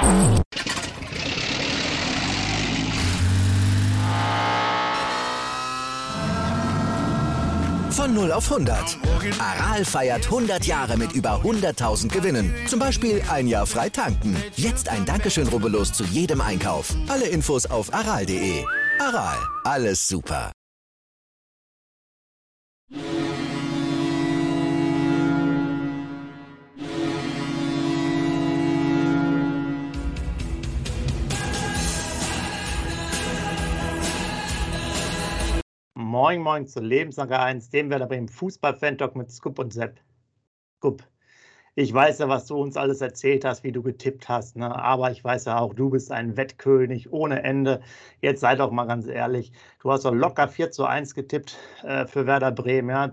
Von 0 auf 100. Aral feiert 100 Jahre mit über 100.000 Gewinnen. Zum Beispiel ein Jahr frei tanken. Jetzt ein Dankeschön, rubbellos zu jedem Einkauf. Alle Infos auf aral.de. Aral, alles super. Moin, moin zu Lebenslange 1, dem Werder Bremen Fußball-Fan-Talk mit Scoop und Sepp. Scoop, ich weiß ja, was du uns alles erzählt hast, wie du getippt hast, ne? Aber ich weiß ja auch, du bist ein Wettkönig ohne Ende. Jetzt sei doch mal ganz ehrlich, du hast doch locker 4:1 getippt für Werder Bremen, ja?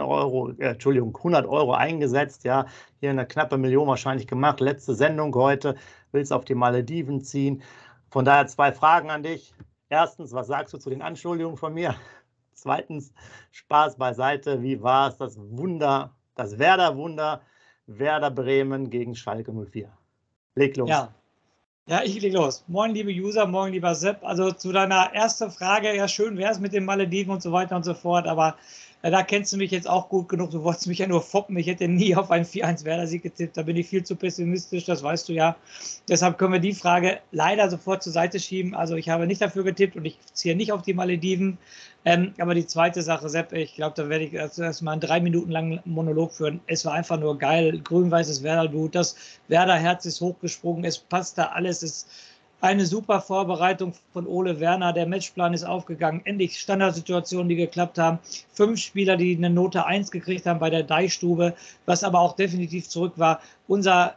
100 Euro eingesetzt, ja? Hier eine knappe Million wahrscheinlich gemacht. Letzte Sendung heute, willst auf die Malediven ziehen. Von daher 2 Fragen an dich. Erstens, was sagst du zu den Anschuldigungen von mir? Zweitens, Spaß beiseite, wie war es, das Wunder, das Werder-Wunder, Werder Bremen gegen Schalke 04? Leg los. Ja, ich leg los. Moin, liebe User, moin, lieber Sepp. Also zu deiner ersten Frage, ja, schön wäre es mit den Malediven und so weiter und so fort, aber da kennst du mich jetzt auch gut genug. Du wolltest mich ja nur foppen. Ich hätte nie auf einen 4:1 Werder-Sieg getippt. Da bin ich viel zu pessimistisch, das weißt du ja. Deshalb können wir die Frage leider sofort zur Seite schieben. Also ich habe nicht dafür getippt und ich ziehe nicht auf die Malediven. Aber die zweite Sache, Sepp, ich glaube, da werde ich erst mal einen 3 Minuten langen Monolog führen. Es war einfach nur geil. Grün-weißes Werder-Blut. Das Werder-Herz ist hochgesprungen. Es passt da alles. Es ist eine super Vorbereitung von Ole Werner. Der Matchplan ist aufgegangen. Endlich Standardsituationen, die geklappt haben. 5 Spieler, die eine Note 1 gekriegt haben bei der Deichstube, was aber auch definitiv zurück war. Unser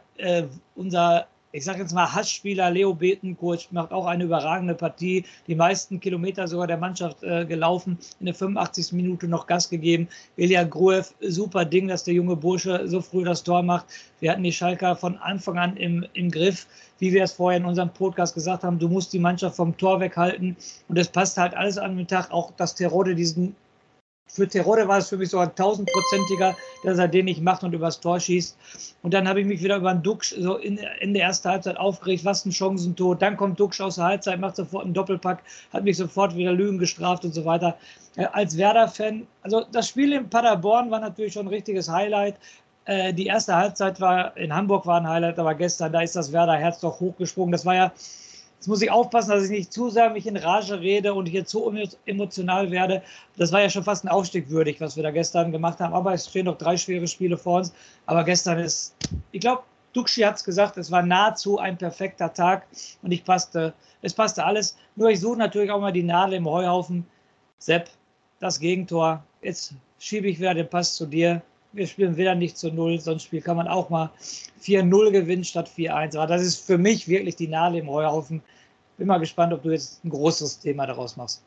ich sage jetzt mal, Hassspieler Leo Betancourt macht auch eine überragende Partie. Die meisten Kilometer sogar der Mannschaft gelaufen. In der 85. Minute noch Gas gegeben. Ilya Gruev, super Ding, dass der junge Bursche so früh das Tor macht. Wir hatten die Schalker von Anfang an im Griff. Wie wir es vorher in unserem Podcast gesagt haben, du musst die Mannschaft vom Tor weghalten. Und es passt halt alles an den Tag. Auch, dass Terodde für Terodde war es für mich so ein 1000-prozentiger, dass er den nicht macht und übers Tor schießt. Und dann habe ich mich wieder über einen Duxch so in der ersten Halbzeit aufgeregt, was ein Chancentod. Dann kommt Duxch aus der Halbzeit, macht sofort einen Doppelpack, hat mich sofort wieder Lügen gestraft und so weiter. Als Werder-Fan, also das Spiel in Paderborn war natürlich schon ein richtiges Highlight. Die erste Halbzeit in Hamburg war ein Highlight, aber gestern, da ist das Werder-Herz doch hochgesprungen. Das war ja, jetzt muss ich aufpassen, dass ich nicht zu sehr mich in Rage rede und hier zu emotional werde. Das war ja schon fast ein Aufstieg würdig, was wir da gestern gemacht haben. Aber es stehen noch 3 schwere Spiele vor uns. Aber gestern ich glaube, Duxchi hat es gesagt, es war nahezu ein perfekter Tag und es passte alles. Nur ich suche natürlich auch mal die Nadel im Heuhaufen. Sepp, das Gegentor. Jetzt schiebe ich wieder den Pass zu dir. Wir spielen wieder nicht zu 0, sonst kann man auch mal 4:0 gewinnen statt 4:1. Aber das ist für mich wirklich die Nadel im Heuhaufen. Bin mal gespannt, ob du jetzt ein großes Thema daraus machst.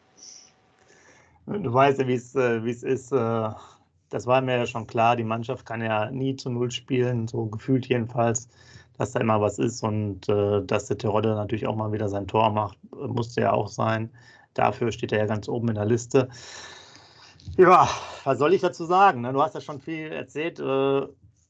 Du weißt ja, wie es ist. Das war mir ja schon klar. Die Mannschaft kann ja nie zu 0 spielen, so gefühlt jedenfalls, dass da immer was ist. Und dass der Terodde natürlich auch mal wieder sein Tor macht, musste ja auch sein. Dafür steht er ja ganz oben in der Liste. Ja, was soll ich dazu sagen? Du hast ja schon viel erzählt. Ja,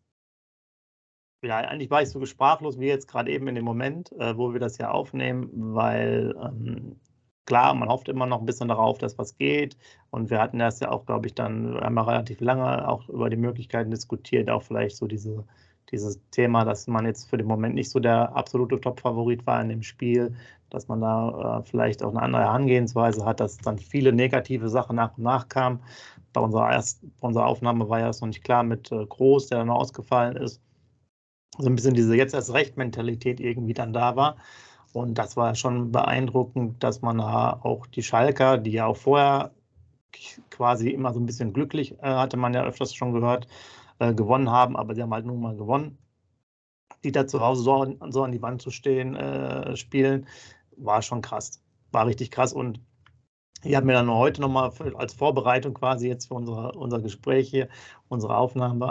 eigentlich war ich so sprachlos wie jetzt gerade eben in dem Moment, wo wir das ja aufnehmen, weil klar, man hofft immer noch ein bisschen darauf, dass was geht. Und wir hatten das ja auch, glaube ich, dann einmal relativ lange auch über die Möglichkeiten diskutiert, auch vielleicht so dieses Thema, dass man jetzt für den Moment nicht so der absolute Top-Favorit war in dem Spiel, dass man da vielleicht auch eine andere Herangehensweise hat, dass dann viele negative Sachen nach und nach kamen. Bei unserer Aufnahme war ja es noch nicht klar mit Groß, der dann ausgefallen ist. So ein bisschen diese Jetzt-erst-recht-Mentalität irgendwie dann da war. Und das war schon beeindruckend, dass man da auch die Schalker, die ja auch vorher quasi immer so ein bisschen glücklich, hatte man ja öfters schon gehört, gewonnen haben, aber sie haben halt nun mal gewonnen. Die da zu Hause so an die Wand zu stehen, spielen, war schon krass. War richtig krass. Und ich habe mir dann heute nochmal als Vorbereitung quasi jetzt für unser Gespräch hier, unsere Aufnahme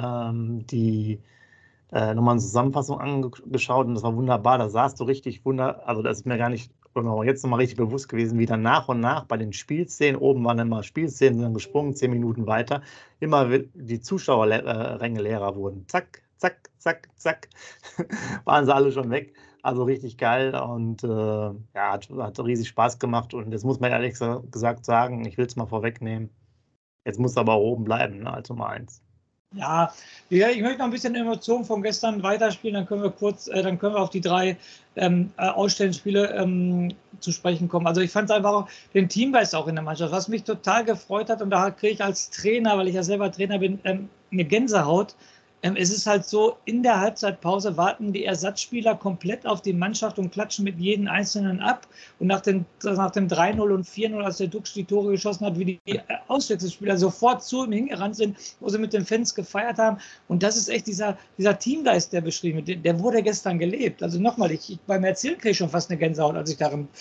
nochmal eine Zusammenfassung angeschaut und das war wunderbar. Da sahst du richtig also das ist mir gar nicht jetzt nochmal richtig bewusst gewesen, wie dann nach und nach bei den Spielszenen, oben waren immer Spielszenen, sind dann gesprungen, 10 Minuten weiter, immer die Zuschauerränge leerer wurden. Zack, zack, zack, zack, waren sie alle schon weg. Also richtig geil und hat riesig Spaß gemacht. Und jetzt muss man ehrlich gesagt sagen, ich will es mal vorwegnehmen, jetzt muss aber oben bleiben, ne, als Nummer 1. Ja, ich möchte noch ein bisschen Emotionen von gestern weiterspielen, dann können wir auf die 3 Ausstellungsspiele zu sprechen kommen. Also ich fand es einfach auch den Teamgeist auch in der Mannschaft, was mich total gefreut hat, und da kriege ich als Trainer, weil ich ja selber Trainer bin, eine Gänsehaut. Es ist halt so, in der Halbzeitpause warten die Ersatzspieler komplett auf die Mannschaft und klatschen mit jedem Einzelnen ab. Und nach dem 3-0 und 4-0, als der Dux die Tore geschossen hat, wie die Auswechselspieler sofort zu ihm hingerannt sind, wo sie mit den Fans gefeiert haben. Und das ist echt dieser Teamgeist, der beschrieben wird. Der wurde gestern gelebt. Also nochmal, beim Erzählen kriege ich schon fast eine Gänsehaut, als ich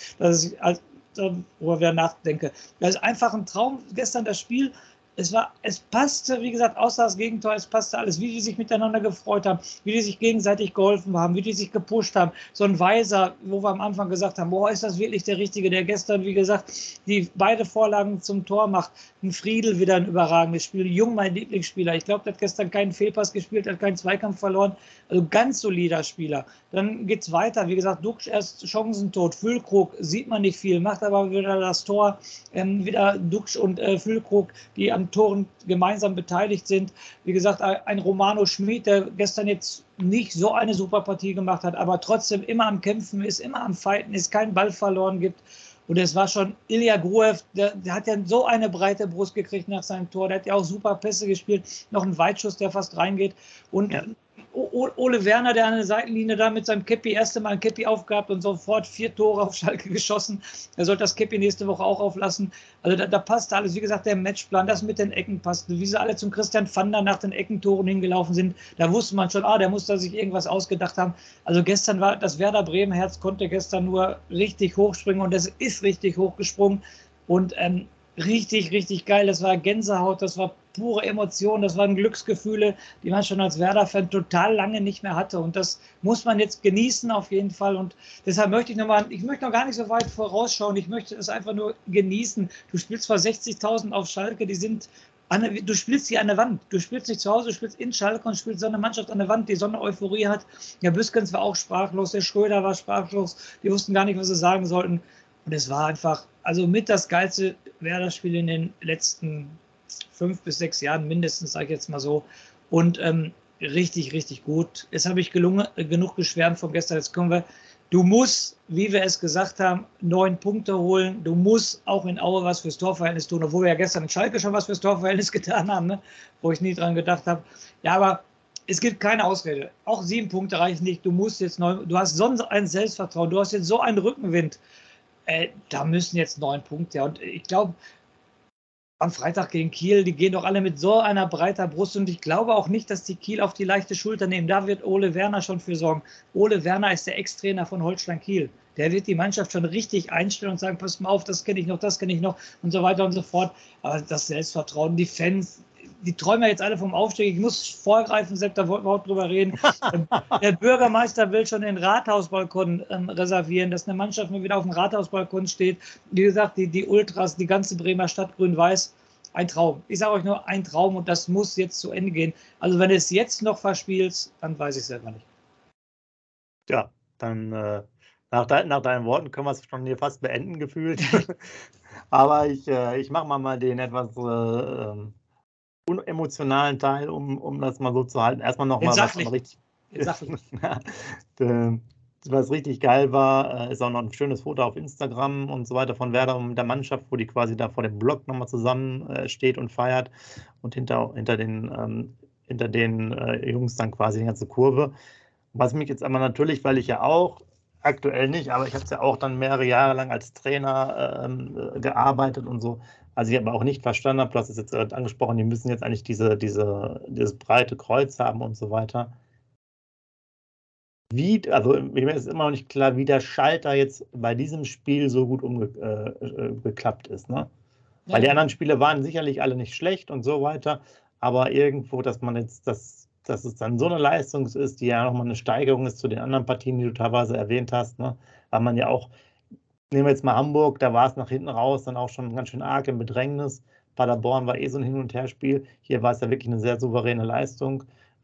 darüber nachdenke. Das ist einfach ein Traum. Gestern das Spiel. Es passte, wie gesagt, außer das Gegentor, es passte alles, wie die sich miteinander gefreut haben, wie die sich gegenseitig geholfen haben, wie die sich gepusht haben. So ein Weiser, wo wir am Anfang gesagt haben, boah, ist das wirklich der Richtige, der gestern, wie gesagt, die beide Vorlagen zum Tor macht. Ein Friedl wieder ein überragendes Spiel. Jung, mein Lieblingsspieler. Ich glaube, der hat gestern keinen Fehlpass gespielt, hat keinen Zweikampf verloren. Also ganz solider Spieler. Dann geht es weiter. Wie gesagt, Dux erst chancentot. Füllkrug sieht man nicht viel, macht aber wieder das Tor. Wieder Dux und Füllkrug, die am Toren gemeinsam beteiligt sind. Wie gesagt, ein Romano Schmid, der gestern jetzt nicht so eine super Partie gemacht hat, aber trotzdem immer am Kämpfen ist, immer am Fighten ist, keinen Ball verloren gibt. Und es war schon Ilya Gruev, der hat ja so eine breite Brust gekriegt nach seinem Tor. Der hat ja auch super Pässe gespielt. Noch ein Weitschuss, der fast reingeht. Und ja. Ole Werner, der an der Seitenlinie da mit seinem Käppi, erste Mal ein Käppi aufgehabt und sofort 4 Tore auf Schalke geschossen. Er sollte das Käppi nächste Woche auch auflassen. Also da passt alles. Wie gesagt, der Matchplan, das mit den Ecken passt. Wie sie alle zum Christian Pfander nach den Eckentoren hingelaufen sind, da wusste man schon, der muss da sich irgendwas ausgedacht haben. Also gestern war das Werder Bremen-Herz, konnte gestern nur richtig hochspringen, und das ist richtig hochgesprungen. Und richtig, richtig geil. Das war Gänsehaut, das war pure Emotion, das waren Glücksgefühle, die man schon als Werder-Fan total lange nicht mehr hatte. Und das muss man jetzt genießen auf jeden Fall. Und deshalb möchte ich noch gar nicht so weit vorausschauen. Ich möchte es einfach nur genießen. Du spielst vor 60.000 auf Schalke, du spielst hier an der Wand. Du spielst nicht zu Hause, du spielst in Schalke und spielst so eine Mannschaft an der Wand, die so eine Euphorie hat. Ja, Büskens war auch sprachlos, der Schröder war sprachlos. Die wussten gar nicht, was sie sagen sollten. Und es war einfach, also mit das geilste Werder-Spiel in den letzten 5 bis 6 Jahren mindestens, sage ich jetzt mal so. Und richtig, richtig gut. Jetzt habe ich genug geschwärmt von gestern. Jetzt kommen wir. Du musst, wie wir es gesagt haben, 9 Punkte holen. Du musst auch in Aue was fürs Torverhältnis tun, obwohl wir ja gestern in Schalke schon was fürs Torverhältnis getan haben, ne? Wo ich nie dran gedacht habe. Ja, aber es gibt keine Ausrede. Auch 7 Punkte reichen nicht. Du musst jetzt 9, du hast sonst ein Selbstvertrauen. Du hast jetzt so einen Rückenwind. Da müssen jetzt 9 Punkte. Und ich glaube, am Freitag gegen Kiel, die gehen doch alle mit so einer breiter Brust, und ich glaube auch nicht, dass die Kiel auf die leichte Schulter nehmen. Da wird Ole Werner schon für sorgen. Ole Werner ist der Ex-Trainer von Holstein Kiel. Der wird die Mannschaft schon richtig einstellen und sagen, pass mal auf, das kenne ich noch und so weiter und so fort. Aber das Selbstvertrauen, die Fans, die träumen ja jetzt alle vom Aufstieg. Ich muss vorgreifen, Sepp, da wollten wir auch drüber reden. Der Bürgermeister will schon den Rathausbalkon reservieren, dass eine Mannschaft mal wieder auf dem Rathausbalkon steht. Wie gesagt, die Ultras, die ganze Bremer Stadt grün-weiß. Ein Traum. Ich sage euch nur, ein Traum, und das muss jetzt zu Ende gehen. Also wenn du es jetzt noch verspielst, dann weiß ich es selber nicht. Ja, dann nach deinen Worten können wir es schon hier fast beenden gefühlt. Aber ich mache mal den etwas unemotionalen Teil, um das mal so zu halten. Erstmal nochmal was richtig geil war, ist auch noch ein schönes Foto auf Instagram und so weiter von Werder und der Mannschaft, wo die quasi da vor dem Block nochmal zusammen steht und feiert, und hinter den Jungs dann quasi die ganze Kurve. Was mich jetzt aber natürlich, weil ich ja auch aktuell nicht, aber ich habe es ja auch dann mehrere Jahre lang als Trainer gearbeitet und so. Also ich aber auch nicht verstanden habe, du hast es jetzt angesprochen, die müssen jetzt eigentlich dieses breite Kreuz haben und so weiter. Also mir ist immer noch nicht klar, wie der Schalter jetzt bei diesem Spiel so gut geklappt ist, ne? Ja. Weil die anderen Spiele waren sicherlich alle nicht schlecht und so weiter, aber irgendwo, dass es dann so eine Leistung ist, die ja nochmal eine Steigerung ist zu den anderen Partien, die du teilweise erwähnt hast, ne? Weil man ja auch, nehmen wir jetzt mal Hamburg, da war es nach hinten raus dann auch schon ganz schön arg im Bedrängnis. Paderborn war so ein Hin- und Her-Spiel. Hier war es ja wirklich eine sehr souveräne Leistung.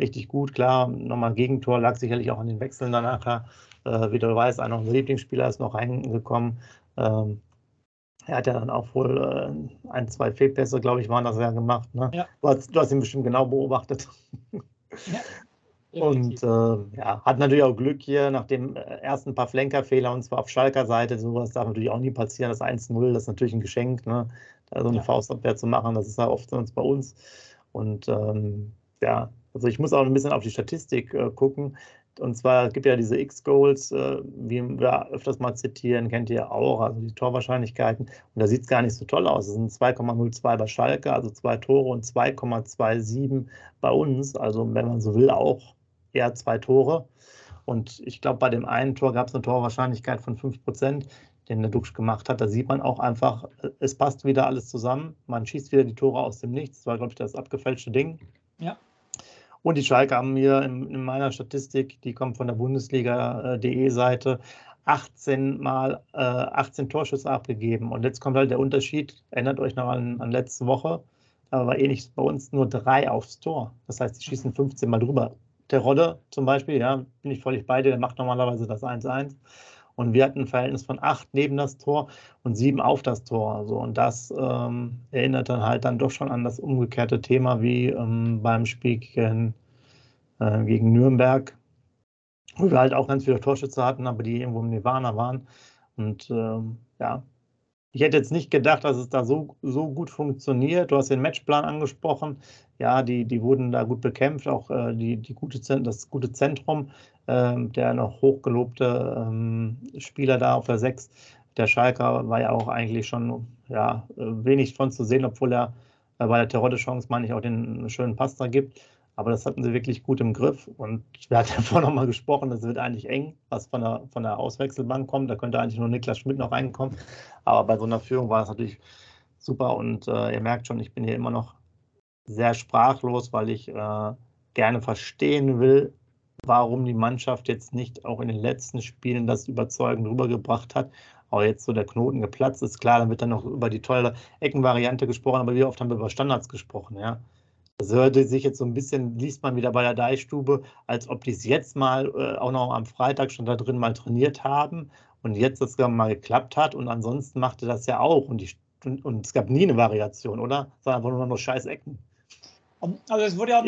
richtig gut. Klar, nochmal ein Gegentor, lag sicherlich auch an den Wechseln danach. Wie du weißt, einer unserer Lieblingsspieler ist noch reingekommen. Er hat ja dann auch wohl 1, 2 Fehlpässe, glaube ich, waren das ja gemacht. Ne? Ja. Du hast ihn bestimmt genau beobachtet. Ja. Und hat natürlich auch Glück hier nach dem ersten paar Flankerfehler, und zwar auf Schalker Seite. Sowas darf natürlich auch nie passieren. Das 1-0, das ist natürlich ein Geschenk, ne? Da so eine Faustabwehr zu machen, das ist ja oft sonst bei uns. Und also ich muss auch ein bisschen auf die Statistik gucken. Und zwar gibt ja diese X-Goals, wie wir öfters mal zitieren, kennt ihr auch, also die Torwahrscheinlichkeiten. Und da sieht es gar nicht so toll aus. Es sind 2,02 bei Schalke, also 2 Tore, und 2,27 bei uns. Also wenn man so will, auch eher 2 Tore. Und ich glaube, bei dem einen Tor gab es eine Torwahrscheinlichkeit von 5%, den der Duxch gemacht hat. Da sieht man auch einfach, es passt wieder alles zusammen. Man schießt wieder die Tore aus dem Nichts. Das war, glaube ich, das abgefälschte Ding. Ja. Und die Schalke haben mir in meiner Statistik, die kommt von der Bundesliga.de Seite, 18 Torschüsse abgegeben. Und jetzt kommt halt der Unterschied, erinnert euch noch an letzte Woche, da war ähnlich bei uns nur 3 aufs Tor. Das heißt, die schießen 15 Mal drüber. Der Rodde zum Beispiel, ja, bin ich völlig bei dir, der macht normalerweise das 1-1. Und wir hatten ein Verhältnis von 8 neben das Tor und 7 auf das Tor. Also, und das erinnert dann halt dann doch schon an das umgekehrte Thema wie beim Spiel gegen Nürnberg, wo wir halt auch ganz viele Torschütze hatten, aber die irgendwo im Nirvana waren. Und ich hätte jetzt nicht gedacht, dass es da so gut funktioniert. Du hast den Matchplan angesprochen. Ja, die wurden da gut bekämpft, auch das gute Zentrum, der noch hochgelobte Spieler da auf der 6. Der Schalker war ja auch eigentlich schon wenig von zu sehen, obwohl er bei der Terodde-Chance, meine ich, auch den schönen Pass da gibt. Aber das hatten sie wirklich gut im Griff. Und wir hatten ja vorhin noch mal gesprochen, das wird eigentlich eng, was von der Auswechselbank kommt. Da könnte eigentlich nur Niklas Schmidt noch reinkommen. Aber bei so einer Führung war das natürlich super. Und ihr merkt schon, ich bin hier immer noch sehr sprachlos, weil ich gerne verstehen will, warum die Mannschaft jetzt nicht auch in den letzten Spielen das überzeugend rübergebracht hat. Aber jetzt so der Knoten geplatzt ist, klar, dann wird dann noch über die tolle Eckenvariante gesprochen, aber wie oft haben wir über Standards gesprochen, ja? Das hörte sich jetzt so ein bisschen, liest man wieder bei der Deichstube, als ob die es jetzt mal auch noch am Freitag schon da drin mal trainiert haben und jetzt das mal geklappt hat, und ansonsten machte das ja auch und es gab nie eine Variation, oder? Es waren einfach nur noch scheiß Ecken. Also es wurde ja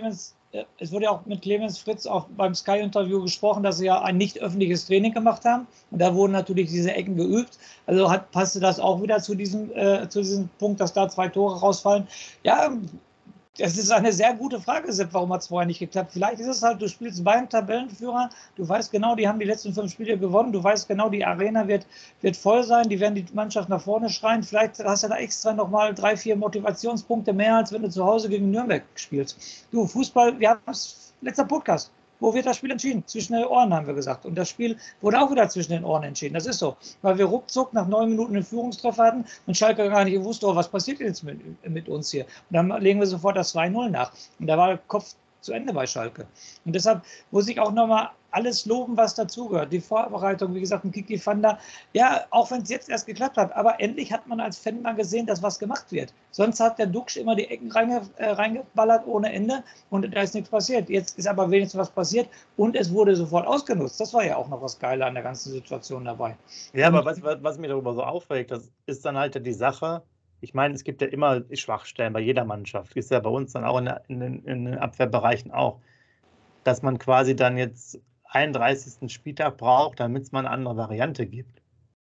auch mit Clemens Fritz auch beim Sky-Interview gesprochen, dass sie ja ein nicht öffentliches Training gemacht haben, und da wurden natürlich diese Ecken geübt. Also passte das auch wieder zu diesem Punkt, dass da 2 Tore rausfallen. Ja, das ist eine sehr gute Frage, Sepp, warum hat es vorher nicht geklappt? Vielleicht ist es halt, du spielst beim Tabellenführer, du weißt genau, die haben die letzten 5 Spiele gewonnen, du weißt genau, die Arena wird voll sein, die werden die Mannschaft nach vorne schreien, vielleicht hast du da extra nochmal 3, 4 Motivationspunkte mehr, als wenn du zu Hause gegen Nürnberg spielst. Du, Fußball, wir haben es, letzter Podcast, wo wird das Spiel entschieden? Zwischen den Ohren, haben wir gesagt. Und das Spiel wurde auch wieder zwischen den Ohren entschieden. Das ist so. Weil wir ruckzuck nach 9 Minuten einen Führungstreffer hatten und Schalke gar nicht gewusst, was passiert jetzt mit uns hier? Und dann legen wir sofort das 2-0 nach. Und da war der Kopf zu Ende bei Schalke. Und deshalb muss ich auch nochmal alles loben, was dazugehört. Die Vorbereitung, wie gesagt, ein Kiki Fanda. Ja, auch wenn es jetzt erst geklappt hat, aber endlich hat man als Fan mal gesehen, dass was gemacht wird. Sonst hat der Duxch immer die Ecken reingeballert ohne Ende und da ist nichts passiert. Jetzt ist aber wenigstens was passiert und es wurde sofort ausgenutzt. Das war ja auch noch was Geile an der ganzen Situation dabei. Ja, aber was mir darüber so aufregt, das ist dann halt die Sache. Ich meine, es gibt ja immer Schwachstellen bei jeder Mannschaft. Ist ja bei uns dann auch in den Abwehrbereichen auch, dass man quasi dann jetzt 31. Spieltag braucht, damit es mal eine andere Variante gibt.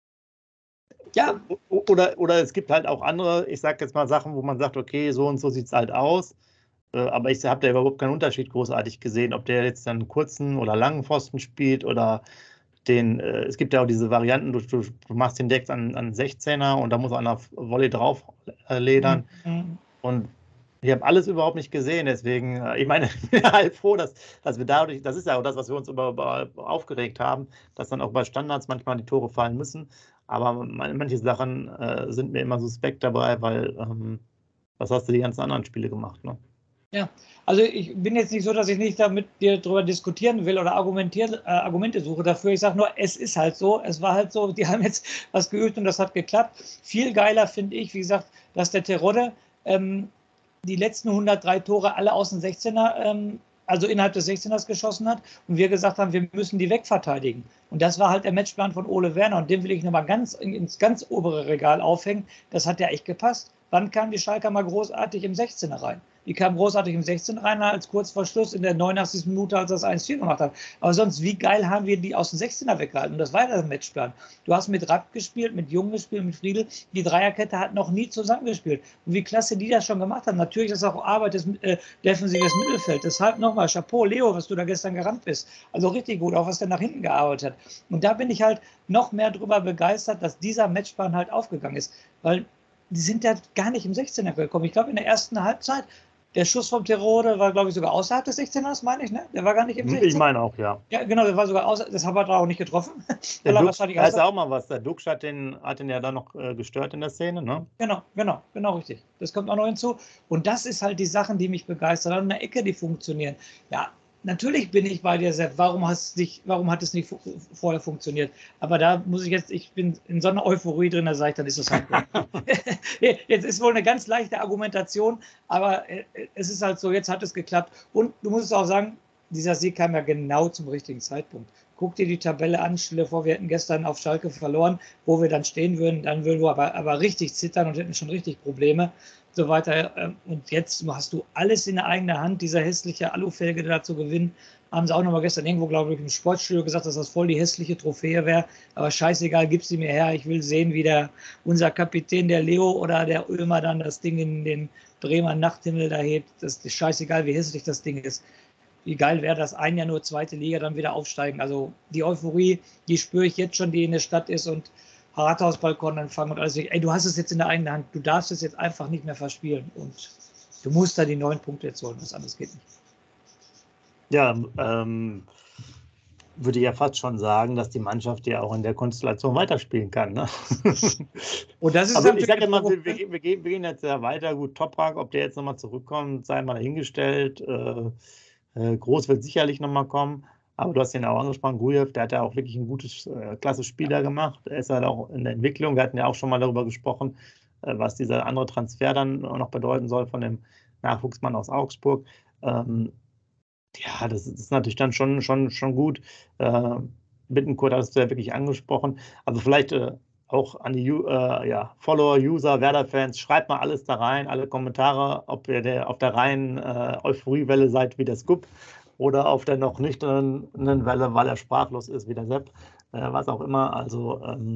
Ja. Oder es gibt halt auch andere, ich sage jetzt mal Sachen, wo man sagt, okay, so und so sieht es halt aus. Aber ich habe da überhaupt keinen Unterschied großartig gesehen, ob der jetzt dann einen kurzen oder langen Pfosten spielt oder es gibt ja auch diese Varianten, du machst den Deck an 16er und da muss einer Volley drauf ledern. Und ich habe alles überhaupt nicht gesehen, deswegen, ich meine, ich bin halt froh, dass wir dadurch, das ist ja auch das, was wir uns aufgeregt haben, dass dann auch bei Standards manchmal die Tore fallen müssen. Aber manche Sachen sind mir immer suspekt dabei, weil was hast du die ganzen anderen Spiele gemacht, ne? Ja, also ich bin jetzt nicht so, dass ich nicht da mit dir drüber diskutieren will oder Argumente suche dafür. Ich sage nur, es ist halt so, es war halt so, die haben jetzt was geübt und das hat geklappt. Viel geiler finde ich, wie gesagt, dass der Terodde die letzten 103 Tore alle aus dem 16er also innerhalb des 16ers geschossen hat und wir gesagt haben, wir müssen die wegverteidigen. Und das war halt der Matchplan von Ole Werner und den will ich nochmal ins ganz obere Regal aufhängen. Das hat ja echt gepasst. Wann kamen die Schalker mal großartig im 16er rein? Die kamen großartig im 16 rein, als kurz vor Schluss in der 89. Minute, als das 1-4 gemacht hat. Aber sonst, wie geil haben wir die aus dem 16er weggehalten? Und das war der Matchplan. Du hast mit Rapp gespielt, mit Jung gespielt, mit Friedl. Die Dreierkette hat noch nie zusammengespielt. Und wie klasse die das schon gemacht haben. Natürlich ist das auch Arbeit des defensives Mittelfeld. Deshalb nochmal Chapeau, Leo, was du da gestern gerannt bist. Also richtig gut, auch was der nach hinten gearbeitet hat. Und da bin ich halt noch mehr drüber begeistert, dass dieser Matchplan halt aufgegangen ist. Weil die sind ja gar nicht im 16er gekommen. Ich glaube, in der ersten Halbzeit, der Schuss vom Terode war, glaube ich, sogar außerhalb des 16ers, meine ich, ne? Der war gar nicht im 16er. Ich meine auch, ja. Ja, genau, der war sogar außerhalb, das haben wir da auch nicht getroffen. Der Dux, da ist auch mal was. Der Dux hat den ja dann noch gestört in der Szene, ne? Genau, richtig. Das kommt auch noch hinzu. Und das ist halt die Sachen, die mich begeistern. An der Ecke, die funktionieren. Ja, natürlich bin ich bei dir, Sepp. Warum hat es nicht vorher funktioniert? Aber da muss ich bin in so einer Euphorie drin, da sage ich, dann ist es halt gut. Jetzt ist wohl eine ganz leichte Argumentation, aber es ist halt so, jetzt hat es geklappt. Und du musst auch sagen, dieser Sieg kam ja genau zum richtigen Zeitpunkt. Guck dir die Tabelle an, stell dir vor, wir hätten gestern auf Schalke verloren, wo wir dann stehen würden, dann würden wir aber richtig zittern und hätten schon richtig Probleme. So weiter. Und jetzt hast du alles in der eigenen Hand, dieser hässliche Alufelge da zu gewinnen. Haben sie auch nochmal gestern irgendwo, glaube ich, im Sportstudio gesagt, dass das voll die hässliche Trophäe wäre. Aber scheißegal, gib sie mir her. Ich will sehen, wie unser Kapitän, der Leo oder der Ulmer, dann das Ding in den Bremer Nachthimmel da hebt. Das ist scheißegal, wie hässlich das Ding ist. Wie geil wäre das, ein Jahr nur zweite Liga, dann wieder aufsteigen. Also die Euphorie, die spüre ich jetzt schon, die in der Stadt ist und Rathausbalkon empfangen und alles. Ey, du hast es jetzt in der eigenen Hand. Du darfst es jetzt einfach nicht mehr verspielen. Und du musst da die 9 Punkte jetzt holen. Was anderes geht nicht. Ja, würde ich ja fast schon sagen, dass die Mannschaft ja auch in der Konstellation weiterspielen kann. Ne? Und das ist also ich sage immer, wir gehen jetzt ja weiter. Gut, Toprak, ob der jetzt nochmal zurückkommt, sei mal dahingestellt. Groß wird sicherlich nochmal kommen. Aber du hast ihn auch angesprochen, Gujev, der hat ja auch wirklich ein gutes, klasse Spieler gemacht. Er ist halt auch in der Entwicklung. Wir hatten ja auch schon mal darüber gesprochen, was dieser andere Transfer dann noch bedeuten soll von dem Nachwuchsmann aus Augsburg. Ja, das ist natürlich dann schon gut. Bittencourt hast du ja wirklich angesprochen. Also vielleicht auch an die Follower, User, Werder-Fans, schreibt mal alles da rein, alle Kommentare, ob ihr auf der reinen Euphoriewelle seid wie der Scoop oder auf der noch nüchternen Welle, weil er sprachlos ist, wie der Sepp, was auch immer. Also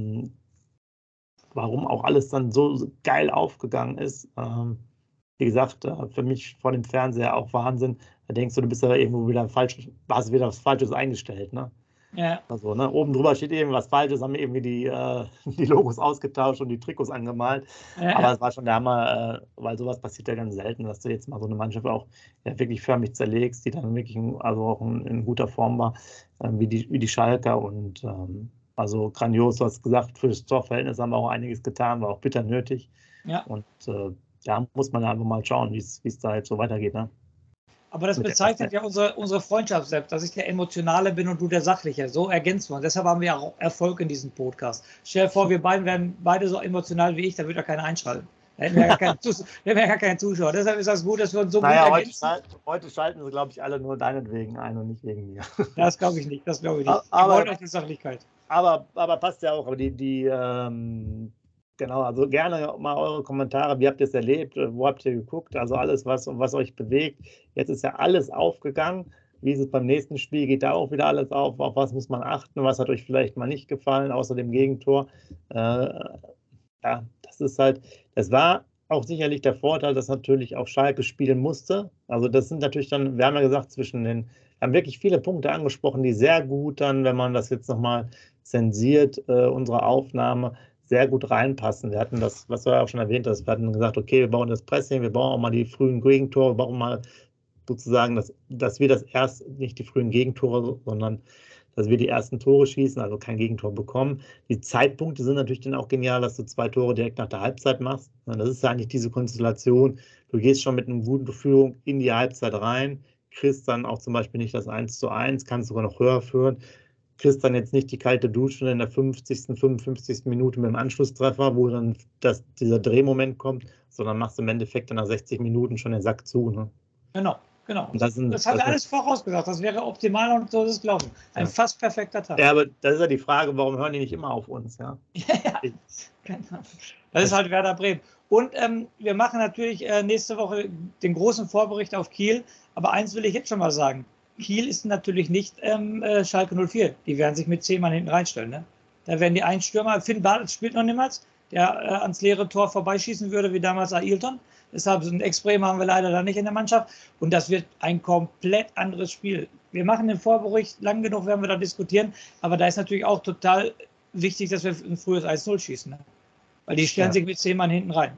warum auch alles dann so geil aufgegangen ist. Wie gesagt, für mich vor dem Fernseher auch Wahnsinn. Da denkst du, du bist aber irgendwo wieder falsch, hast wieder was Falsches eingestellt, ne? Ja. Also, ne? Oben drüber steht eben was Falsches, haben irgendwie die Logos ausgetauscht und die Trikots angemalt. Ja. Aber es war schon der Hammer, weil sowas passiert ja ganz selten, dass du jetzt mal so eine Mannschaft auch wirklich förmlich zerlegst, die dann wirklich auch in guter Form war, wie die Schalker. Und also grandios, du hast gesagt, für das Torverhältnis haben wir auch einiges getan, war auch bitter nötig. Ja. Und da muss man einfach mal schauen, wie es da jetzt so weitergeht. Ne? Aber das bezeichnet ja unsere Freundschaft selbst, dass ich der Emotionale bin und du der Sachliche. So ergänzt man. Deshalb haben wir auch Erfolg in diesem Podcast. Stell dir vor, wir beiden wären beide so emotional wie ich, da würde ja keiner einschalten. Da hätten wir gar keinen Zuschauer. Deshalb ist das gut, dass wir uns so gut ergänzen. Heute schalten sie, glaube ich, alle nur deinetwegen ein und nicht wegen mir. Das glaube ich nicht. Wir wollen euch die Sachlichkeit. Aber passt ja auch. Aber genau, also gerne mal eure Kommentare. Wie habt ihr es erlebt? Wo habt ihr geguckt? Also alles, was euch bewegt. Jetzt ist ja alles aufgegangen. Wie ist es beim nächsten Spiel? Geht da auch wieder alles auf? Auf was muss man achten? Was hat euch vielleicht mal nicht gefallen, außer dem Gegentor? Ja, das war auch sicherlich der Vorteil, dass natürlich auch Schalke spielen musste. Also das sind natürlich dann, wir haben ja gesagt, wir haben wirklich viele Punkte angesprochen, die sehr gut dann, wenn man das jetzt nochmal zensiert, unsere Aufnahme, sehr gut reinpassen. Wir hatten das, was du ja auch schon erwähnt hast, wir hatten gesagt, okay, wir bauen das Pressing, wir bauen auch mal die frühen Gegentore, wir bauen mal sozusagen, dass wir nicht die frühen Gegentore, sondern dass wir die ersten Tore schießen, also kein Gegentor bekommen. Die Zeitpunkte sind natürlich dann auch genial, dass du 2 Tore direkt nach der Halbzeit machst. Das ist ja eigentlich diese Konstellation. Du gehst schon mit einer guten Führung in die Halbzeit rein, kriegst dann auch zum Beispiel nicht das 1:1, kannst sogar noch höher führen, kriegst dann jetzt nicht die kalte Dusche in der 50., 55. Minute mit dem Anschlusstreffer, wo dann dieser Drehmoment kommt, sondern machst im Endeffekt dann nach 60 Minuten schon den Sack zu. Ne? Genau. Genau. Und das haben wir alles vorausgesagt. Das wäre optimal und so ist es gelaufen. Ein fast perfekter Tag. Ja, aber das ist ja die Frage, warum hören die nicht immer auf uns? Ja, Genau. Das ist halt Werder Bremen. Und wir machen natürlich nächste Woche den großen Vorbericht auf Kiel. Aber eins will ich jetzt schon mal sagen. Kiel ist natürlich nicht Schalke 04. Die werden sich mit 10 Mann hinten reinstellen. Ne? Da werden die Einstürmer, Finn Bartels spielt noch niemals, der ans leere Tor vorbeischießen würde, wie damals Ailton. Deshalb so ein Ex-Bremer haben wir leider da nicht in der Mannschaft. Und das wird ein komplett anderes Spiel. Wir machen den Vorbericht, lang genug werden wir da diskutieren. Aber da ist natürlich auch total wichtig, dass wir ein frühes 1-0 schießen. Ne? Weil die stellen sich mit 10 Mann hinten rein.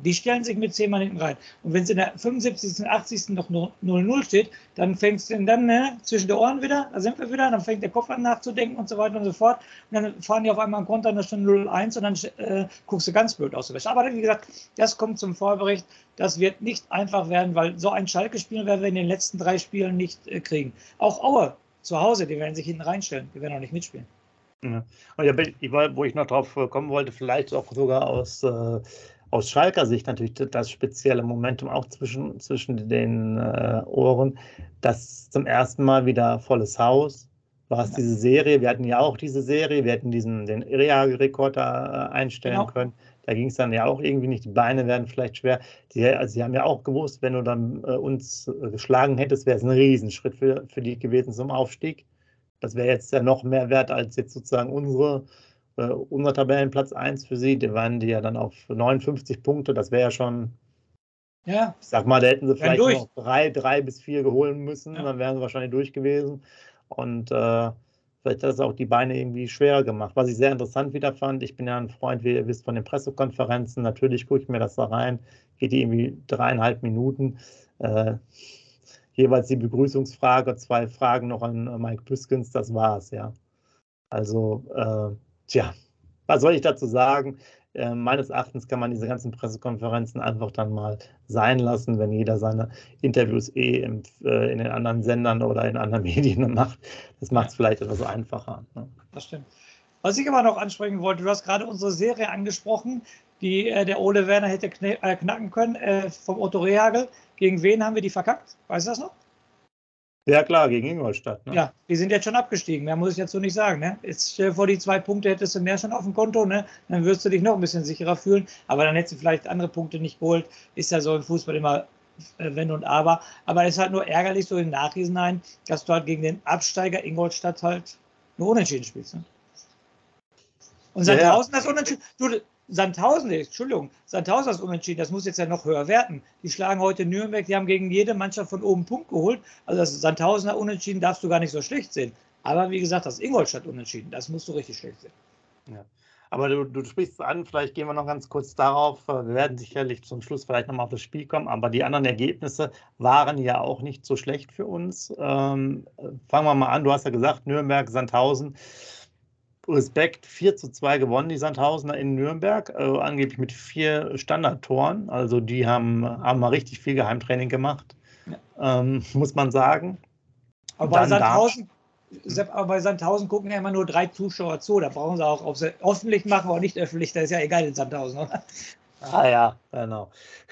Und wenn es in der 75., 80. noch 0-0 steht, dann fängt es dann zwischen den Ohren wieder, da sind wir wieder, dann fängt der Kopf an nachzudenken und so weiter und so fort. Und dann fahren die auf einmal einen Konter, dann schon 0-1 und dann guckst du ganz blöd aus. Aber wie gesagt, das kommt zum Vorbericht. Das wird nicht einfach werden, weil so ein Schalke-Spiel werden wir in den letzten 3 Spielen nicht kriegen. Auch Aue zu Hause, die werden sich hinten reinstellen. Die werden auch nicht mitspielen. Ja. Und wo ich noch drauf kommen wollte, vielleicht auch sogar aus Schalker Sicht natürlich das spezielle Momentum auch zwischen den Ohren, dass zum ersten Mal wieder volles Haus, war es diese Serie, wir hatten ja auch diese Serie, wir hätten den Reha-Rekord einstellen können, da ging es dann ja auch irgendwie nicht, die Beine werden vielleicht schwer, sie haben ja auch gewusst, wenn du dann uns geschlagen hättest, wäre es ein Riesenschritt für die gewesen zum Aufstieg. Das wäre jetzt ja noch mehr wert als jetzt sozusagen unser Tabellenplatz 1 für sie. Die waren die ja dann auf 59 Punkte. Das wäre ja schon, ich sag mal, da hätten sie vielleicht noch 3 bis 4 geholen müssen. Ja. Dann wären sie wahrscheinlich durch gewesen. Und vielleicht hat das auch die Beine irgendwie schwerer gemacht. Was ich sehr interessant wieder fand, ich bin ja ein Freund, wie ihr wisst, von den Pressekonferenzen. Natürlich gucke ich mir das da rein. Geht die irgendwie 3,5 Minuten. Jeweils die Begrüßungsfrage, 2 Fragen noch an Mike Püskens, das war's, ja. Also, was soll ich dazu sagen? Meines Erachtens kann man diese ganzen Pressekonferenzen einfach dann mal sein lassen, wenn jeder seine Interviews in den anderen Sendern oder in anderen Medien macht. Das macht es vielleicht etwas einfacher. Ne? Das stimmt. Was ich aber noch ansprechen wollte, du hast gerade unsere Serie angesprochen, die der Ole Werner hätte knacken können, vom Otto Rehhagel. Gegen wen haben wir die verkackt? Weißt du das noch? Ja klar, gegen Ingolstadt. Ne? Ja, die sind jetzt schon abgestiegen. Mehr muss ich jetzt so nicht sagen. Ne? Jetzt stell dir vor, die 2 Punkte hättest du mehr schon auf dem Konto. Ne? Dann würdest du dich noch ein bisschen sicherer fühlen. Aber dann hättest du vielleicht andere Punkte nicht geholt. Ist ja so im Fußball immer Wenn und Aber. Aber es ist halt nur ärgerlich so im Nachhinein, dass du halt gegen den Absteiger Ingolstadt halt nur unentschieden spielst. Ne? Und Sandhausen das Unentschieden. Sandhausen ist unentschieden, das muss jetzt ja noch höher werten. Die schlagen heute Nürnberg, die haben gegen jede Mannschaft von oben Punkt geholt. Also das Sandhausener Unentschieden darfst du gar nicht so schlecht sehen. Aber wie gesagt, das Ingolstadt Unentschieden, das musst du richtig schlecht sehen. Ja. Aber du sprichst an, vielleicht gehen wir noch ganz kurz darauf. Wir werden sicherlich zum Schluss vielleicht nochmal auf das Spiel kommen, aber die anderen Ergebnisse waren ja auch nicht so schlecht für uns. Fangen wir mal an, du hast ja gesagt, Nürnberg, Sandhausen. Respekt, 4:2 gewonnen, die Sandhausener in Nürnberg, angeblich mit 4 Standardtoren. Also die haben mal richtig viel Geheimtraining gemacht, muss man sagen. Aber bei Sandhausen gucken ja immer nur 3 Zuschauer zu. Da brauchen sie auch, ob sie öffentlich machen oder nicht öffentlich, das ist ja egal in Sandhausen, oder? Ja, genau.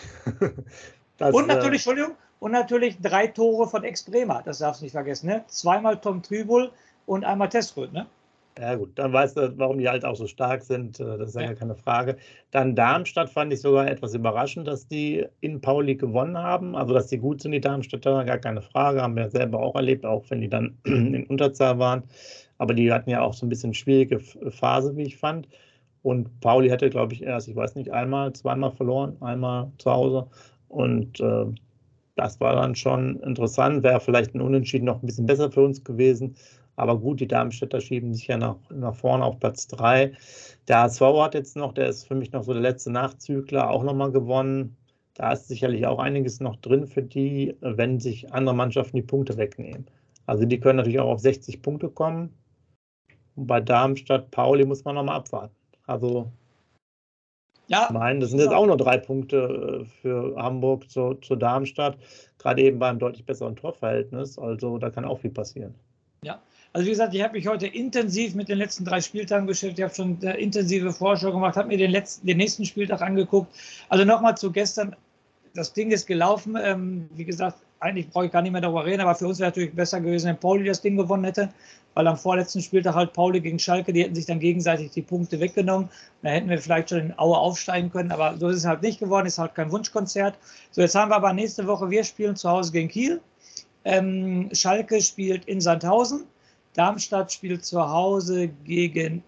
Und natürlich 3 Tore von Ex-Bremer, das darfst du nicht vergessen. Ne? 2-mal Tom Trübel und einmal Teströth, ne? Ja gut, dann weißt du, warum die halt auch so stark sind, das ist ja keine Frage. Dann Darmstadt fand ich sogar etwas überraschend, dass die in Pauli gewonnen haben, also dass die gut sind, die Darmstädter, gar keine Frage, haben wir selber auch erlebt, auch wenn die dann in Unterzahl waren. Aber die hatten ja auch so ein bisschen schwierige Phase, wie ich fand. Und Pauli hatte, glaube ich, erst, ich weiß nicht, zweimal verloren, einmal zu Hause. Und das war dann schon interessant, wäre vielleicht ein Unentschieden noch ein bisschen besser für uns gewesen. Aber gut, die Darmstädter schieben sich ja nach vorne auf Platz 3. Der HSV hat jetzt noch, der ist für mich noch so der letzte Nachzügler, auch nochmal gewonnen. Da ist sicherlich auch einiges noch drin für die, wenn sich andere Mannschaften die Punkte wegnehmen. Also die können natürlich auch auf 60 Punkte kommen. Und bei Darmstadt, Pauli muss man nochmal abwarten. Also ja, das sind jetzt auch nur 3 Punkte für Hamburg zu Darmstadt. Gerade eben beim deutlich besseren Torverhältnis. Also da kann auch viel passieren. Ja. Also wie gesagt, ich habe mich heute intensiv mit den letzten 3 Spieltagen beschäftigt. Ich habe schon intensive Vorschau gemacht, habe mir den nächsten Spieltag angeguckt. Also nochmal zu gestern, das Ding ist gelaufen. Wie gesagt, eigentlich brauche ich gar nicht mehr darüber reden, aber für uns wäre natürlich besser gewesen, wenn Pauli das Ding gewonnen hätte, weil am vorletzten Spieltag halt Pauli gegen Schalke, die hätten sich dann gegenseitig die Punkte weggenommen. Da hätten wir vielleicht schon in Aue aufsteigen können, aber so ist es halt nicht geworden, ist halt kein Wunschkonzert. So, jetzt haben wir aber nächste Woche, wir spielen zu Hause gegen Kiel. Schalke spielt in Sandhausen. Darmstadt spielt zu Hause gegen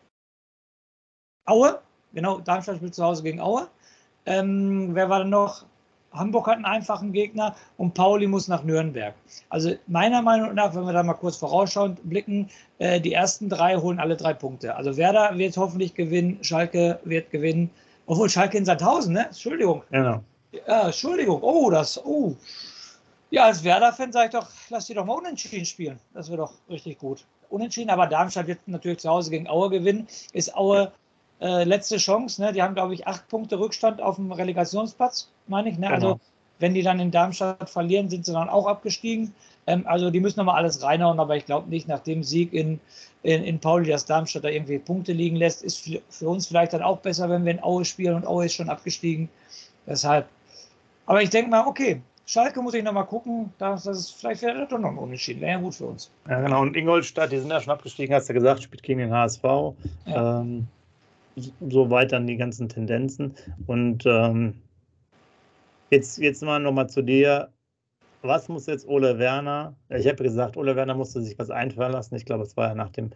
Aue. Genau, Darmstadt spielt zu Hause gegen Aue. Wer war denn noch? Hamburg hat einen einfachen Gegner und Pauli muss nach Nürnberg. Also meiner Meinung nach, wenn wir da mal kurz vorausschauend blicken, die ersten 3 holen alle 3 Punkte. Also Werder wird hoffentlich gewinnen, Schalke wird gewinnen. Obwohl Schalke in Sandhausen, ne? Entschuldigung. Genau. Ja, Entschuldigung. Ja, als Werder-Fan sage ich doch, lass die doch mal unentschieden spielen. Das wäre doch richtig gut. Unentschieden, aber Darmstadt wird natürlich zu Hause gegen Aue gewinnen. Ist Aue letzte Chance, ne? Die haben, glaube ich, 8 Punkte Rückstand auf dem Relegationsplatz, meine ich. Ne? Genau. Also wenn die dann in Darmstadt verlieren, sind sie dann auch abgestiegen. Also die müssen nochmal alles reinhauen, aber ich glaube nicht, nach dem Sieg in Pauli, dass Darmstadt da irgendwie Punkte liegen lässt, ist für uns vielleicht dann auch besser, wenn wir in Aue spielen und Aue ist schon abgestiegen. Deshalb. Aber ich denke mal, okay, Schalke muss ich nochmal gucken, dass es vielleicht wäre doch noch ein Unentschieden. Wäre ja gut für uns. Ja, genau. Und Ingolstadt, die sind ja schon abgestiegen, hast du gesagt, spielt gegen den HSV. Ja. So weit dann die ganzen Tendenzen. Und jetzt mal nochmal zu dir. Was muss jetzt Ole Werner? Ich habe gesagt, Ole Werner musste sich was einfallen lassen. Ich glaube, es war ja nach dem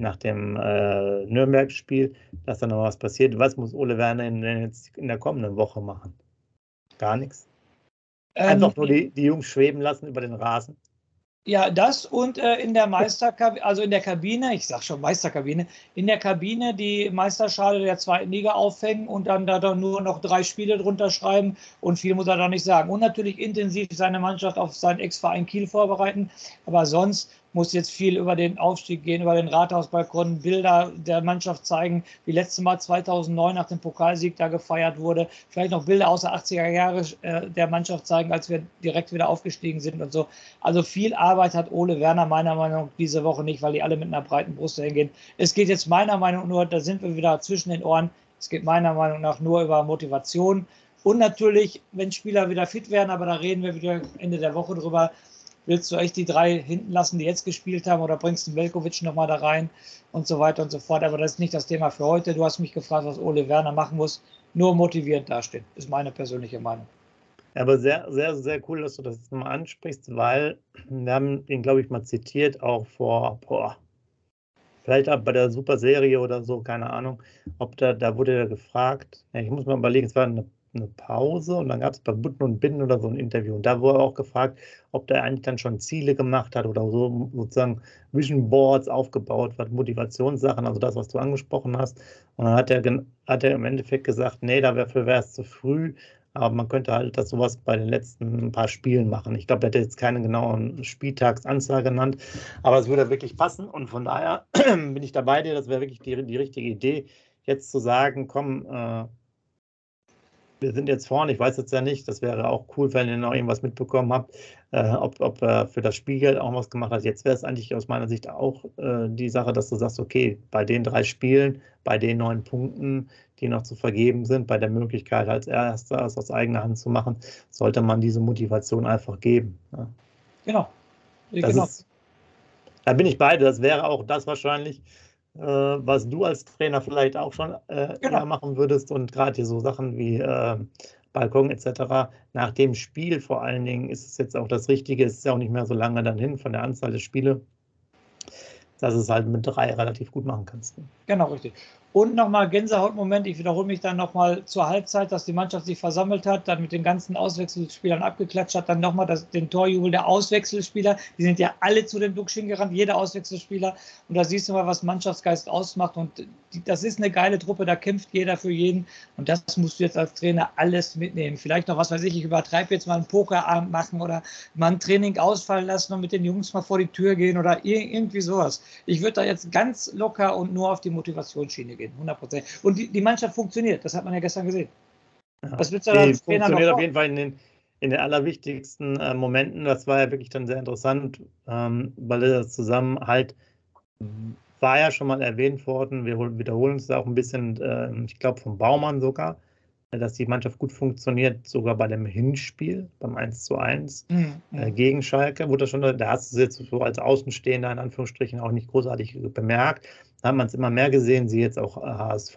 Nürnberg-Spiel, dass da noch was passiert. Was muss Ole Werner jetzt in der kommenden Woche machen? Gar nichts. Einfach nur die Jungs schweben lassen über den Rasen. Ja, das und in der Meisterkabine, also in der Kabine, ich sag schon Meisterkabine, in der Kabine die Meisterschale der 2. Liga aufhängen und dann da doch nur noch 3 Spiele drunter schreiben und viel muss er da nicht sagen. Und natürlich intensiv seine Mannschaft auf seinen Ex-Verein Kiel vorbereiten, aber sonst muss jetzt viel über den Aufstieg gehen, über den Rathausbalkon, Bilder der Mannschaft zeigen, wie letztes Mal 2009 nach dem Pokalsieg da gefeiert wurde. Vielleicht noch Bilder aus der 80er Jahre der Mannschaft zeigen, als wir direkt wieder aufgestiegen sind und so. Also viel Arbeit hat Ole Werner meiner Meinung nach diese Woche nicht, weil die alle mit einer breiten Brust hingehen. Es geht jetzt meiner Meinung nach nur, da sind wir wieder zwischen den Ohren, es geht meiner Meinung nach nur über Motivation. Und natürlich, wenn Spieler wieder fit werden, aber da reden wir wieder Ende der Woche drüber, willst du echt die 3 hinten lassen, die jetzt gespielt haben, oder bringst du Veljković nochmal da rein und so weiter und so fort. Aber das ist nicht das Thema für heute. Du hast mich gefragt, was Ole Werner machen muss. Nur motivierend dastehen, ist meine persönliche Meinung. Aber sehr, sehr, sehr cool, dass du das jetzt mal ansprichst, weil wir haben ihn, glaube ich, mal zitiert, auch vor, vielleicht auch bei der Superserie oder so, keine Ahnung, ob da wurde er gefragt, ja, ich muss mal überlegen, es war eine Pause und dann gab es bei Butten und Binnen oder so ein Interview und da wurde er auch gefragt, ob der eigentlich dann schon Ziele gemacht hat oder so sozusagen Vision Boards aufgebaut hat, Motivationssachen, also das, was du angesprochen hast. Und dann hat er im Endeffekt gesagt, nee, dafür wäre es zu früh, aber man könnte halt das sowas bei den letzten paar Spielen machen. Ich glaube, er hätte jetzt keine genauen Spieltagsanzahl genannt, aber es würde wirklich passen und von daher bin ich da bei dir, das wäre wirklich die richtige Idee, jetzt zu sagen, komm, wir sind jetzt vorne, ich weiß jetzt ja nicht, das wäre auch cool, wenn ihr noch irgendwas mitbekommen habt, ob er für das Spielgeld auch was gemacht hat. Jetzt wäre es eigentlich aus meiner Sicht auch die Sache, dass du sagst, okay, bei den 3 Spielen, bei den 9 Punkten, die noch zu vergeben sind, bei der Möglichkeit als Erster es aus eigener Hand zu machen, sollte man diese Motivation einfach geben. Ja. Genau. Da bin ich beide, das wäre auch das wahrscheinlich, was du als Trainer vielleicht auch schon machen würdest und gerade hier so Sachen wie Balkon etc. Nach dem Spiel vor allen Dingen ist es jetzt auch das Richtige, es ist ja auch nicht mehr so lange dann hin von der Anzahl der Spiele, dass es halt mit 3 relativ gut machen kannst. Genau, richtig. Und nochmal Gänsehautmoment, ich wiederhole mich dann nochmal zur Halbzeit, dass die Mannschaft sich versammelt hat, dann mit den ganzen Auswechselspielern abgeklatscht hat, dann nochmal den Torjubel der Auswechselspieler, die sind ja alle zu dem Duxch hingerannt, jeder Auswechselspieler, und da siehst du mal, was Mannschaftsgeist ausmacht und das ist eine geile Truppe, da kämpft jeder für jeden und das musst du jetzt als Trainer alles mitnehmen. Vielleicht noch, was weiß ich übertreibe jetzt mal einen Pokerabend machen oder mal ein Training ausfallen lassen und mit den Jungs mal vor die Tür gehen oder irgendwie sowas. Ich würde da jetzt ganz locker und nur auf die Motivationsschiene gehen, 100%. Und die Mannschaft funktioniert, das hat man ja gestern gesehen. Ja. Was willst du da als Trainer funktioniert noch auf jeden Fall in den allerwichtigsten Momenten. Das war ja wirklich dann sehr interessant, weil das Zusammenhalt war ja schon mal erwähnt worden. Wir wiederholen es auch ein bisschen, ich glaube vom Baumann sogar, dass die Mannschaft gut funktioniert, sogar bei dem Hinspiel, beim 1:1 gegen Schalke, wurde das schon, da hast du es jetzt so als Außenstehender in Anführungsstrichen auch nicht großartig bemerkt. Da hat man es immer mehr gesehen, sie jetzt auch HSV.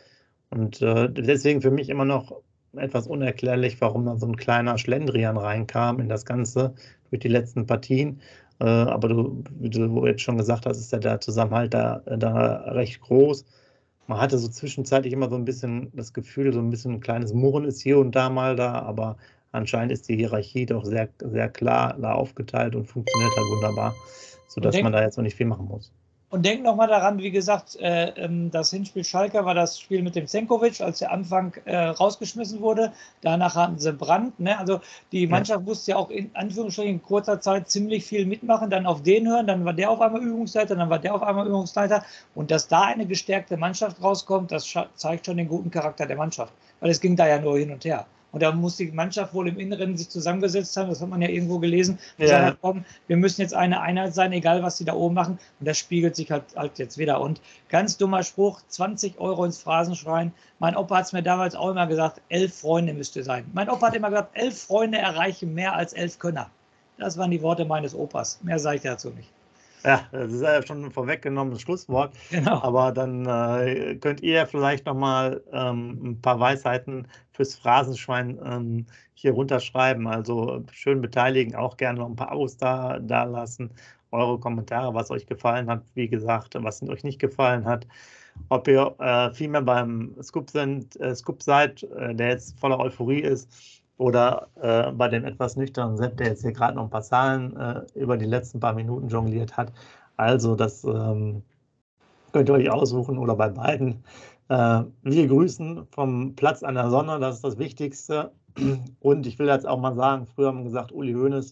Und deswegen für mich immer noch etwas unerklärlich, warum da so ein kleiner Schlendrian reinkam in das Ganze durch die letzten Partien. Aber wie du jetzt schon gesagt hast, ist ja der Zusammenhalt da recht groß. Man hatte so zwischenzeitlich immer so ein bisschen das Gefühl, so ein bisschen ein kleines Murren ist hier und da mal da, aber anscheinend ist die Hierarchie doch sehr, sehr klar da aufgeteilt und funktioniert halt wunderbar, sodass man da jetzt noch nicht viel machen muss. Und denk nochmal daran, wie gesagt, das Hinspiel Schalke war das Spiel mit dem Zenkovic, als der Anfang rausgeschmissen wurde. Danach hatten sie Brandt. Ne? Also die Mannschaft musste ja auch in Anführungsstrichen in kurzer Zeit ziemlich viel mitmachen, dann auf den hören, dann war der auf einmal Übungsleiter, dann war der auf einmal Übungsleiter. Und dass da eine gestärkte Mannschaft rauskommt, das zeigt schon den guten Charakter der Mannschaft. Weil es ging da ja nur hin und her. Und da muss die Mannschaft wohl im Inneren sich zusammengesetzt haben, das hat man ja irgendwo gelesen, und sagen, komm, wir müssen jetzt eine Einheit sein, egal was die da oben machen. Und das spiegelt sich halt jetzt wieder. Und ganz dummer Spruch, 20 Euro ins Phrasenschwein. Mein Opa hat es mir damals auch immer gesagt, 11 Freunde müsste sein. Mein Opa hat immer gesagt, 11 Freunde erreichen mehr als 11 Könner. Das waren die Worte meines Opas. Mehr sage ich dazu nicht. Ja, das ist ja schon ein vorweggenommenes Schlusswort. Genau. Aber dann könnt ihr vielleicht nochmal ein paar Weisheiten fürs Phrasenschwein hier runterschreiben. Also schön beteiligen, auch gerne noch ein paar Abos da lassen. Eure Kommentare, was euch gefallen hat, wie gesagt, was euch nicht gefallen hat. Ob ihr viel mehr beim Scoop seid, der jetzt voller Euphorie ist, oder bei dem etwas nüchternen Sepp, der jetzt hier gerade noch ein paar Zahlen über die letzten paar Minuten jongliert hat. Also das könnt ihr euch aussuchen oder bei beiden. Wir grüßen vom Platz an der Sonne, das ist das Wichtigste. Und ich will jetzt auch mal sagen, früher haben wir gesagt, Uli Hoeneß,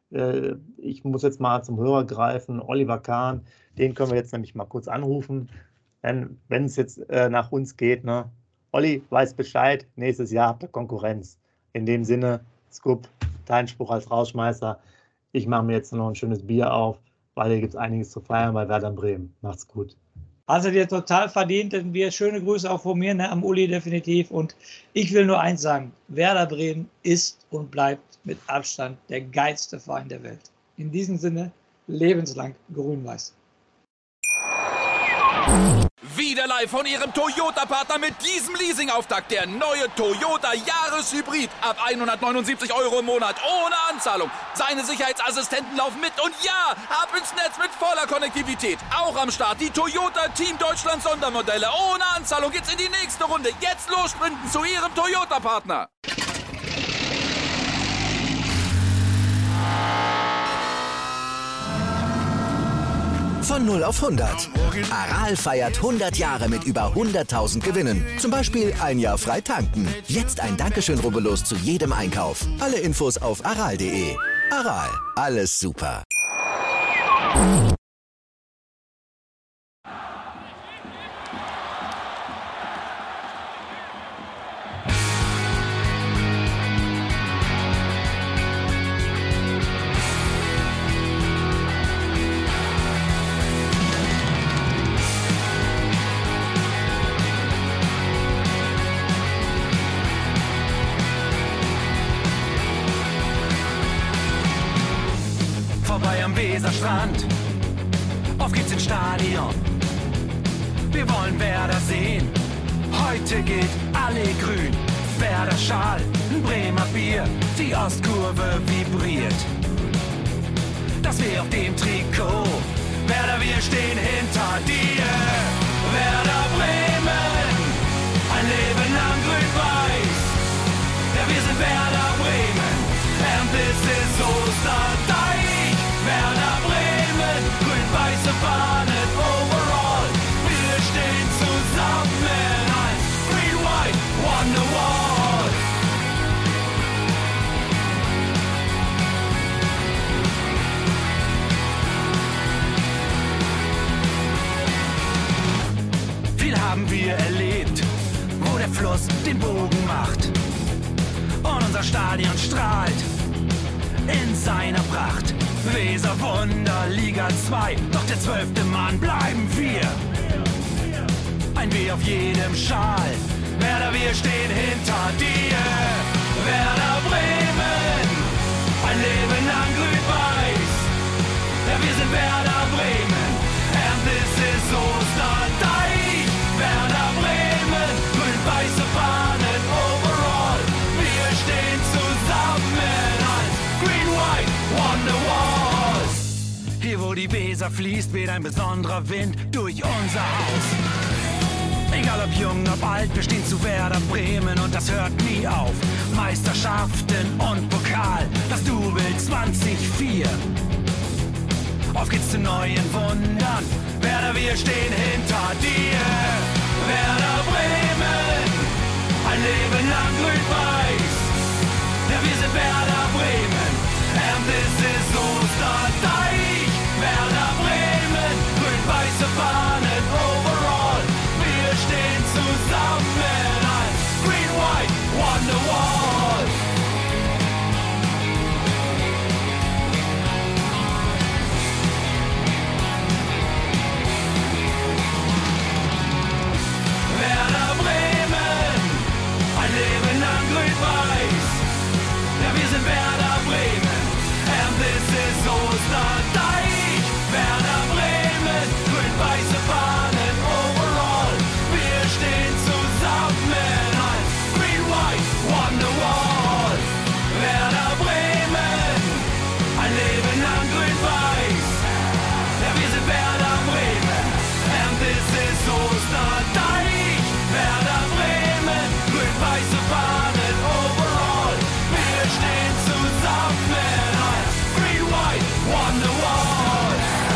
ich muss jetzt mal zum Hörer greifen, Oliver Kahn, den können wir jetzt nämlich mal kurz anrufen. Denn wenn es jetzt nach uns geht, ne? Olli, weiß Bescheid, nächstes Jahr habt ihr Konkurrenz. In dem Sinne, Scoop, dein Spruch als Rausschmeißer. Ich mache mir jetzt noch ein schönes Bier auf, weil hier gibt es einiges zu feiern bei Werder Bremen. Macht's gut. Hast du dir total verdient, denn wir schöne Grüße auch von mir, ne, am Uli definitiv. Und ich will nur eins sagen, Werder Bremen ist und bleibt mit Abstand der geilste Verein der Welt. In diesem Sinne, lebenslang grün-weiß. Wieder live von Ihrem Toyota-Partner mit diesem Leasing-Auftakt. Der neue Toyota Jahreshybrid. Ab 179 Euro im Monat. Ohne Anzahlung. Seine Sicherheitsassistenten laufen mit. Und ja, ab ins Netz mit voller Konnektivität. Auch am Start die Toyota Team Deutschland Sondermodelle. Ohne Anzahlung geht's in die nächste Runde. Jetzt los sprinten zu Ihrem Toyota-Partner. Von 0 auf 100. Aral feiert 100 Jahre mit über 100.000 Gewinnen. Zum Beispiel ein Jahr frei tanken. Jetzt ein Dankeschön, rubbellos zu jedem Einkauf. Alle Infos auf aral.de. Aral, alles super. Vorbei am Weserstrand, auf geht's ins Stadion. Wir wollen Werder sehen, heute geht alle grün. Werder Schal, ein Bremer Bier, die Ostkurve vibriert. Das weh auf dem Trikot, Werder, wir stehen hinter dir. Werder Bremen, ein Leben lang grün-weiß. Ja, wir sind Werder Bremen, and this is Osterdeich. Werder Bremen, grün-weiße Fahnen overall. Wir stehen zusammen als Green-White Wonderwall. Viel haben wir erlebt, wo der Fluss den Bogen macht. Und unser Stadion strahlt in seiner Pracht. Weser Wunder, Liga 2, doch der 12. Mann bleiben wir. Ein W auf jedem Schal, Werder, wir stehen hinter dir. Werder Bremen, ein Leben lang grün-weiß. Ja, wir sind Werder Bremen, and this is Osterdeich. Werder Bremen, grün-weiße Fahnen overall. Wir stehen zusammen als Green White Wonderwalls. Hier, wo die Weser fließt, weht ein besonderer Wind durch unser Haus. Egal ob jung, ob alt, wir stehen zu Werder Bremen und das hört nie auf. Meisterschaften und Pokal, das Double 2004. Auf geht's zu neuen Wundern. Werder, wir stehen hinter dir. Werder Bremen, ein Leben lang grün-weiß. Ja, wir sind Werder Bremen, and this is Osterdeich. Werder Bremen, grün-weiße Fahnen overall. Wir stehen zusammen als Green White Wonderwall. Werder Bremen, ein Leben lang grün-weiß. Ja, wir sind Werder Bremen, and this is Osterdeich. Werder Bremen, grün-weiße Fahnen overall. Wir stehen zusammen als Green White Wonderwall. Werder Bremen, ein Leben lang grün-weiß. Ja, wir sind Werder Bremen, and this is Osterdeich. Werder Bremen, grün-weiße Fahnen overall. Wir stehen zusammen als Green White Wonderwall.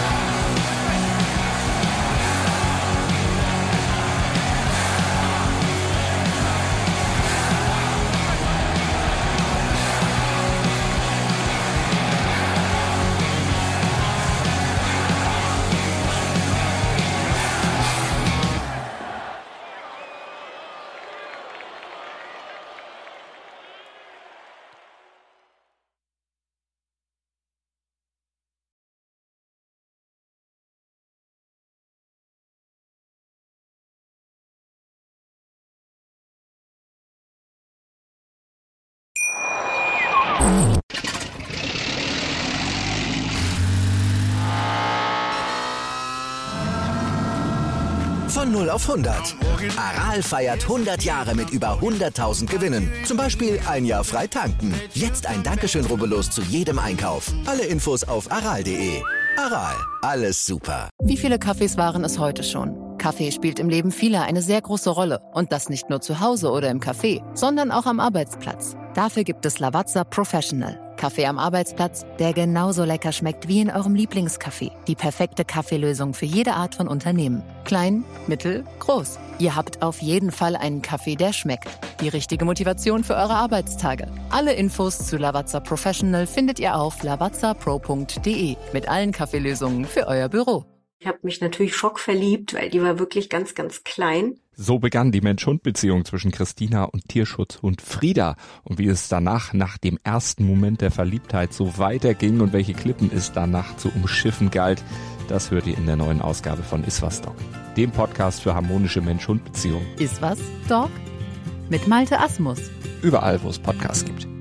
Von 0 auf 100. Aral feiert 100 Jahre mit über 100.000 Gewinnen. Zum Beispiel ein Jahr frei tanken. Jetzt ein Dankeschön, rubbellos zu jedem Einkauf. Alle Infos auf aral.de. Aral, alles super. Wie viele Kaffees waren es heute schon? Kaffee spielt im Leben vieler eine sehr große Rolle. Und das nicht nur zu Hause oder im Café, sondern auch am Arbeitsplatz. Dafür gibt es Lavazza Professional. Kaffee am Arbeitsplatz, der genauso lecker schmeckt wie in eurem Lieblingscafé. Die perfekte Kaffeelösung für jede Art von Unternehmen. Klein, mittel, groß. Ihr habt auf jeden Fall einen Kaffee, der schmeckt. Die richtige Motivation für eure Arbeitstage. Alle Infos zu Lavazza Professional findet ihr auf lavazzapro.de mit allen Kaffeelösungen für euer Büro. Ich habe mich natürlich schockverliebt, weil die war wirklich ganz, ganz klein. So begann die Mensch-Hund-Beziehung zwischen Christina und Tierschutzhund Frieda. Und wie es danach, nach dem ersten Moment der Verliebtheit, so weiterging und welche Klippen es danach zu umschiffen galt, das hört ihr in der neuen Ausgabe von Iswas Dog, dem Podcast für harmonische Mensch-Hund-Beziehungen. Iswas Dog? Mit Malte Asmus. Überall, wo es Podcasts gibt.